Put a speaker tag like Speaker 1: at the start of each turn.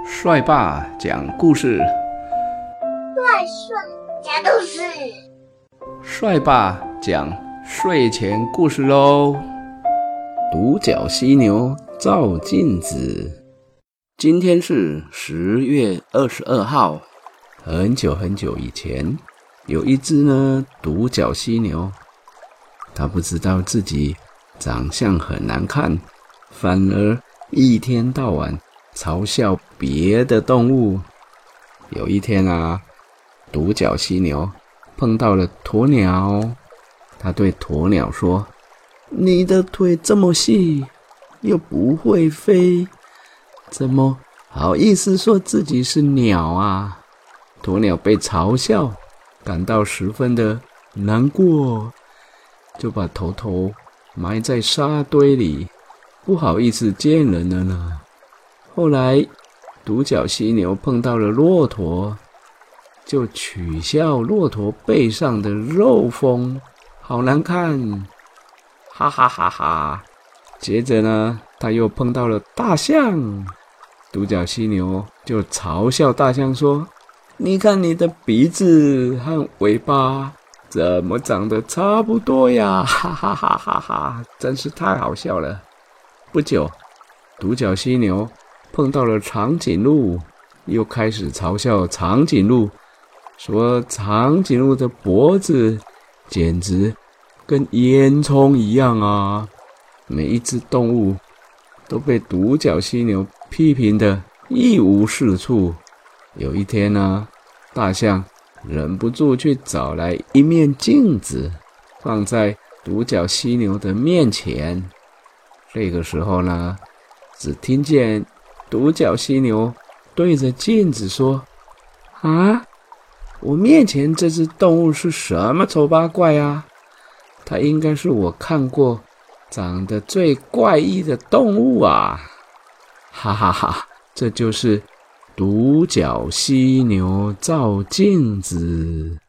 Speaker 1: 帅爸讲故事，
Speaker 2: 讲故事，
Speaker 1: 帅爸讲睡前故事咯。独角犀牛照镜子。今天是10月22号。很久很久以前，有一只独角犀牛，它不知道自己长相很难看，反而一天到晚嘲笑别的动物。有一天独角犀牛碰到了鸵鸟，他对鸵鸟说：你的腿这么细，又不会飞，怎么好意思说自己是鸟啊？鸵鸟被嘲笑，感到十分的难过，就把头埋在沙堆里，不好意思见人了呢。后来独角犀牛碰到了骆驼，就取笑骆驼背上的肉峰好难看，哈哈哈哈。接着他又碰到了大象，独角犀牛就嘲笑大象说：你看你的鼻子和尾巴怎么长得差不多呀，哈哈哈哈哈，真是太好笑了。不久，独角犀牛碰到了长颈鹿，又开始嘲笑长颈鹿，说长颈鹿的脖子简直跟烟囱一样啊。每一只动物都被独角犀牛批评得一无是处。有一天大象忍不住去找来一面镜子，放在独角犀牛的面前。这个时候只听见独角犀牛对着镜子说：我面前这只动物是什么丑八怪啊？它应该是我看过长得最怪异的动物啊！哈哈哈，这就是独角犀牛照镜子。